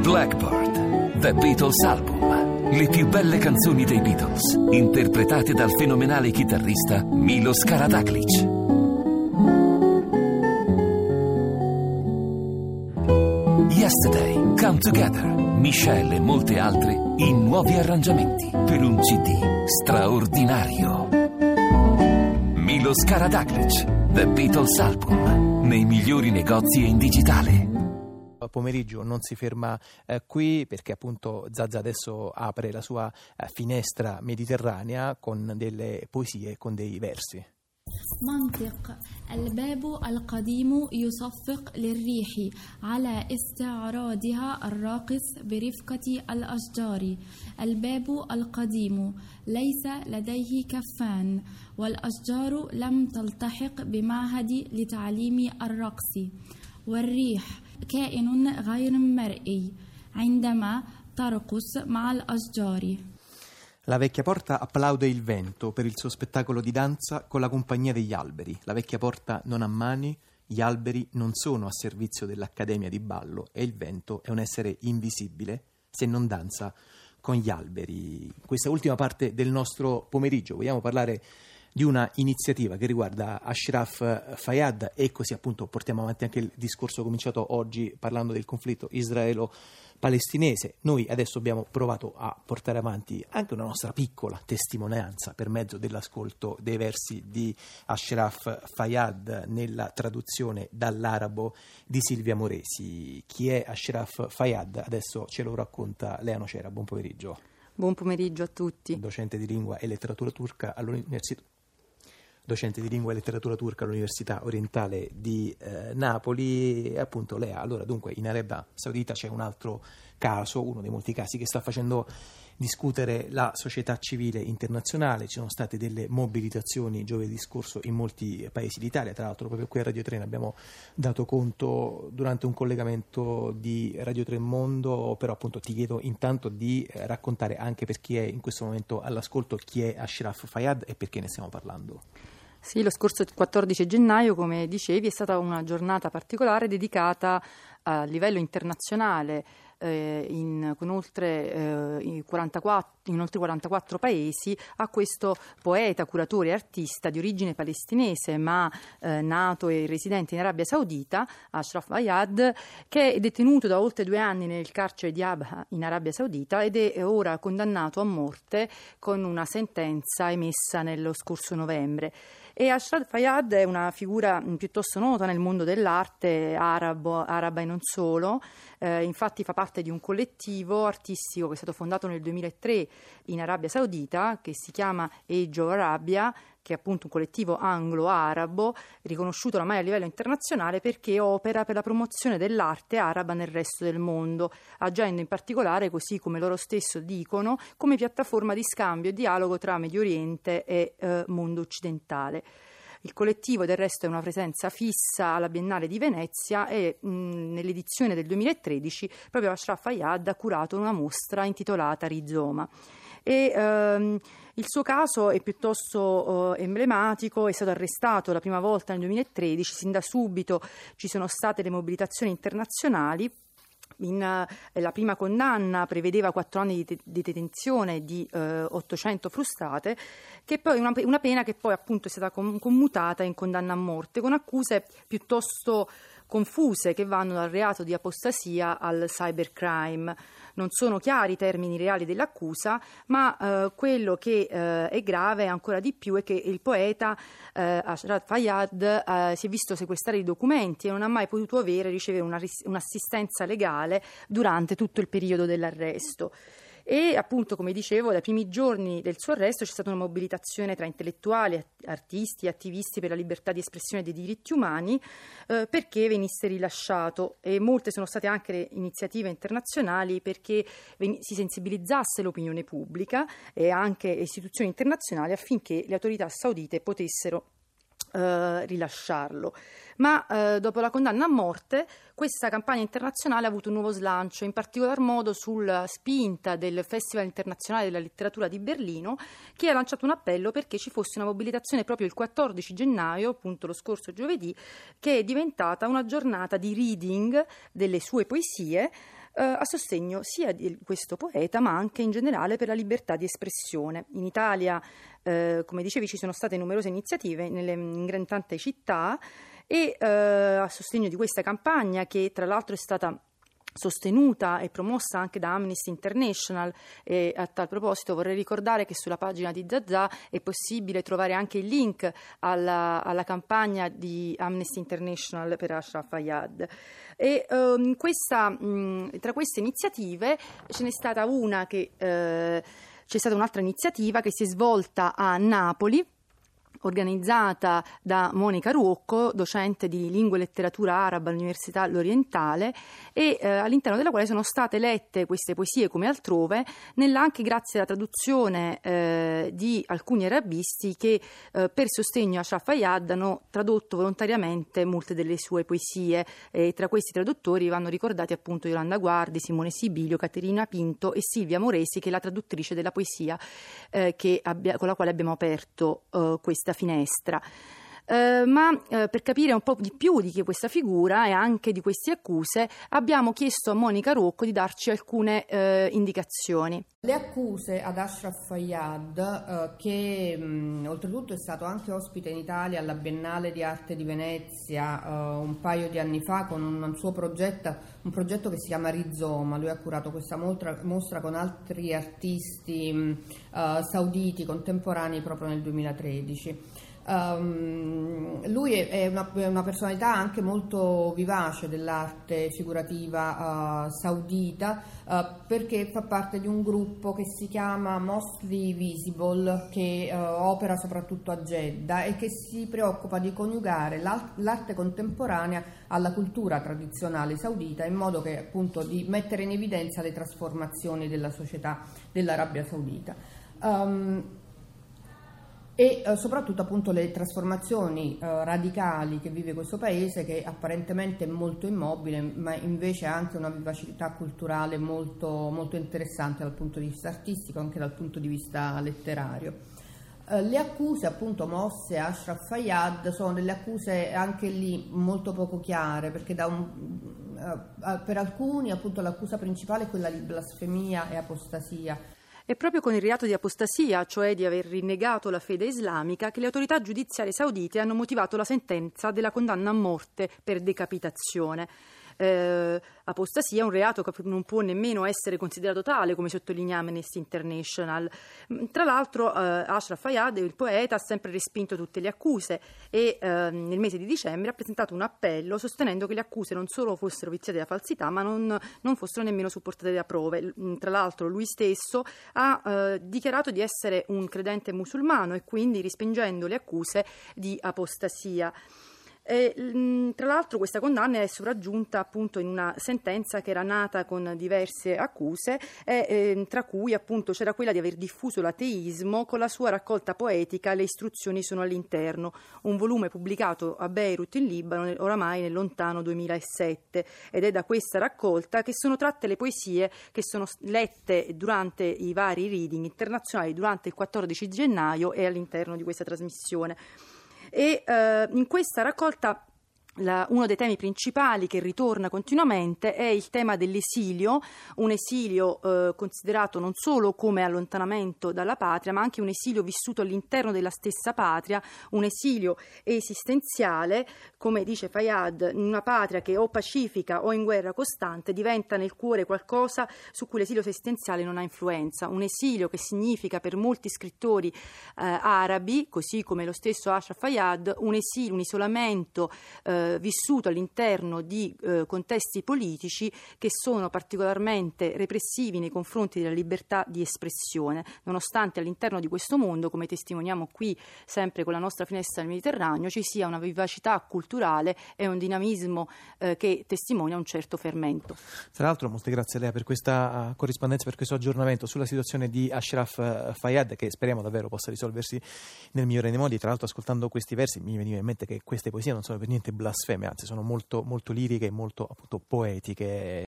Blackbird, The Beatles Album. Le più belle canzoni dei Beatles, interpretate dal fenomenale chitarrista Milos Karađagić. Yesterday, Come Together, Michelle e molte altre in nuovi arrangiamenti per un CD straordinario. Milos Karađagić, The Beatles Album, nei migliori negozi e in digitale. Pomeriggio non si ferma qui, perché appunto Zazà adesso apre la sua finestra mediterranea con delle poesie, con dei versi. منطق الباب القديم يصفق للريح على استعراضها الراقص برفقة الأشجار. الباب القديم ليس لديه كفان والأشجار لم تلتحق بمعهد لتعليم الرقص. والريح كائن غير مرئي عندما ترقص مع الأشجار. La vecchia porta applaude il vento per il suo spettacolo di danza con la compagnia degli alberi. La vecchia porta non ha mani, gli alberi non sono a servizio dell'accademia di ballo e il vento è un essere invisibile se non danza con gli alberi. Questa ultima parte del nostro pomeriggio vogliamo parlare di una iniziativa che riguarda Ashraf Fayadh e così appunto portiamo avanti anche il discorso cominciato oggi parlando del conflitto israelo-palestinese. Noi adesso abbiamo provato a portare avanti anche una nostra piccola testimonianza per mezzo dell'ascolto dei versi di Ashraf Fayadh nella traduzione dall'arabo di Silvia Moresi. Chi è Ashraf Fayadh? Adesso ce lo racconta Lea Nocera. Buon pomeriggio. Buon pomeriggio a tutti. Docente di lingua e letteratura turca all'Università Orientale di Napoli. Appunto Lea, allora dunque in Arabia Saudita c'è un altro caso, uno dei molti casi che sta facendo discutere la società civile internazionale. Ci sono state delle mobilitazioni giovedì scorso in molti paesi d'Italia, tra l'altro proprio qui a Radio 3 ne abbiamo dato conto durante un collegamento di Radio 3 Mondo, però appunto ti chiedo intanto di raccontare anche per chi è in questo momento all'ascolto chi è Ashraf Fayadh e perché ne stiamo parlando. Sì, lo scorso 14 gennaio, come dicevi, è stata una giornata particolare dedicata a livello internazionale in oltre 44 paesi a questo poeta, curatore e artista di origine palestinese ma nato e residente in Arabia Saudita, Ashraf Fayadh, che è detenuto da oltre 2 anni nel carcere di Abha in Arabia Saudita ed è ora condannato a morte con una sentenza emessa nello scorso novembre. E Ashraf Fayadh è una figura piuttosto nota nel mondo dell'arte araba e non solo. Infatti fa parte di un collettivo artistico che è stato fondato nel 2003 in Arabia Saudita, che si chiama Age of Arabia, che è appunto un collettivo anglo-arabo riconosciuto oramai a livello internazionale perché opera per la promozione dell'arte araba nel resto del mondo, agendo in particolare, così come loro stesso dicono, come piattaforma di scambio e dialogo tra Medio Oriente e mondo occidentale. Il collettivo del resto è una presenza fissa alla Biennale di Venezia e nell'edizione del 2013 proprio Ashraf Fayadh ha curato una mostra intitolata Rizoma. Il suo caso è piuttosto emblematico, è stato arrestato la prima volta nel 2013, sin da subito ci sono state le mobilitazioni internazionali. La prima condanna prevedeva 4 anni di detenzione di 800 frustate, che poi una pena che poi appunto è stata commutata in condanna a morte con accuse piuttosto confuse che vanno dal reato di apostasia al cybercrime. Non sono chiari i termini reali dell'accusa, ma quello che è grave ancora di più è che il poeta Ashraf Fayadh si è visto sequestrare i documenti e non ha mai potuto ricevere un'assistenza legale durante tutto il periodo dell'arresto. E appunto, come dicevo, dai primi giorni del suo arresto c'è stata una mobilitazione tra intellettuali, artisti e attivisti per la libertà di espressione dei diritti umani perché venisse rilasciato, e molte sono state anche le iniziative internazionali perché si sensibilizzasse l'opinione pubblica e anche istituzioni internazionali affinché le autorità saudite potessero rilasciarlo. Ma dopo la condanna a morte questa campagna internazionale ha avuto un nuovo slancio, in particolar modo sulla spinta del Festival Internazionale della Letteratura di Berlino, che ha lanciato un appello perché ci fosse una mobilitazione proprio il 14 gennaio, appunto lo scorso giovedì, che è diventata una giornata di reading delle sue poesie a sostegno sia di questo poeta ma anche in generale per la libertà di espressione. In Italia, come dicevi, ci sono state numerose iniziative in tante città e a sostegno di questa campagna, che tra l'altro è stata sostenuta e promossa anche da Amnesty International. E a tal proposito vorrei ricordare che sulla pagina di Zazà è possibile trovare anche il link alla campagna di Amnesty International per Ashraf Fayyad. E tra queste iniziative ce n'è stata una c'è stata un'altra iniziativa che si è svolta a Napoli, organizzata da Monica Ruocco, docente di lingua e letteratura araba all'Università L'Orientale, e all'interno della quale sono state lette queste poesie come altrove, anche grazie alla traduzione di alcuni arabisti che per sostegno a Ashraf Fayyad hanno tradotto volontariamente molte delle sue poesie. Tra questi traduttori vanno ricordati appunto Yolanda Guardi, Simone Sibilio, Caterina Pinto e Silvia Moresi, che è la traduttrice della poesia con la quale abbiamo aperto questa finestra. Ma per capire un po' di più di questa figura e anche di queste accuse, abbiamo chiesto a Monica Ruocco di darci alcune indicazioni. Le accuse ad Ashraf Fayyad, che oltretutto è stato anche ospite in Italia alla Biennale di Arte di Venezia un paio di anni fa con un suo progetto che si chiama Rizoma. Lui ha curato questa mostra con altri artisti sauditi contemporanei proprio nel 2013. Lui è una personalità anche molto vivace dell'arte figurativa saudita, perché fa parte di un gruppo che si chiama Mostly Visible, che opera soprattutto a Jeddah e che si preoccupa di coniugare l'arte contemporanea alla cultura tradizionale saudita, in modo che appunto di mettere in evidenza le trasformazioni della società dell'Arabia Saudita. E soprattutto appunto le trasformazioni radicali che vive questo paese, che apparentemente è molto immobile, ma invece ha anche una vivacità culturale molto, molto interessante dal punto di vista artistico, anche dal punto di vista letterario. Le accuse appunto mosse a Ashraf Fayyad sono delle accuse anche lì molto poco chiare, perché per alcuni appunto l'accusa principale è quella di blasfemia e apostasia. È proprio con il reato di apostasia, cioè di aver rinnegato la fede islamica, che le autorità giudiziarie saudite hanno motivato la sentenza della condanna a morte per decapitazione. Apostasia è un reato che non può nemmeno essere considerato tale, come sottolinea Amnesty International. Tra l'altro Ashraf Fayyad, il poeta, ha sempre respinto tutte le accuse e nel mese di dicembre ha presentato un appello sostenendo che le accuse non solo fossero viziate da falsità, ma non fossero nemmeno supportate da prove. Tra l'altro lui stesso ha dichiarato di essere un credente musulmano e quindi respingendo le accuse di apostasia. Tra l'altro questa condanna è sopraggiunta appunto in una sentenza che era nata con diverse accuse, tra cui appunto c'era quella di aver diffuso l'ateismo con la sua raccolta poetica Le istruzioni sono all'interno, un volume pubblicato a Beirut in Libano oramai nel lontano 2007, ed è da questa raccolta che sono tratte le poesie che sono lette durante i vari reading internazionali durante il 14 gennaio e all'interno di questa trasmissione. E in questa raccolta uno dei temi principali che ritorna continuamente è il tema dell'esilio, un esilio considerato non solo come allontanamento dalla patria, ma anche un esilio vissuto all'interno della stessa patria, un esilio esistenziale, come dice Fayyad, in una patria che o pacifica o in guerra costante diventa nel cuore qualcosa su cui l'esilio esistenziale non ha influenza, un esilio che significa per molti scrittori arabi, così come lo stesso Ashraf Fayyad, un esilio, un isolamento vissuto all'interno di contesti politici che sono particolarmente repressivi nei confronti della libertà di espressione, nonostante all'interno di questo mondo, come testimoniamo qui sempre con la nostra finestra nel Mediterraneo, ci sia una vivacità culturale e un dinamismo che testimonia un certo fermento. Tra l'altro molte grazie a lei per questa corrispondenza, per questo aggiornamento sulla situazione di Ashraf Fayyad, che speriamo davvero possa risolversi nel migliore dei modi. Tra l'altro, ascoltando questi versi mi veniva in mente che queste poesie non sono per niente blasfeme, anzi sono molto, molto liriche e molto appunto poetiche.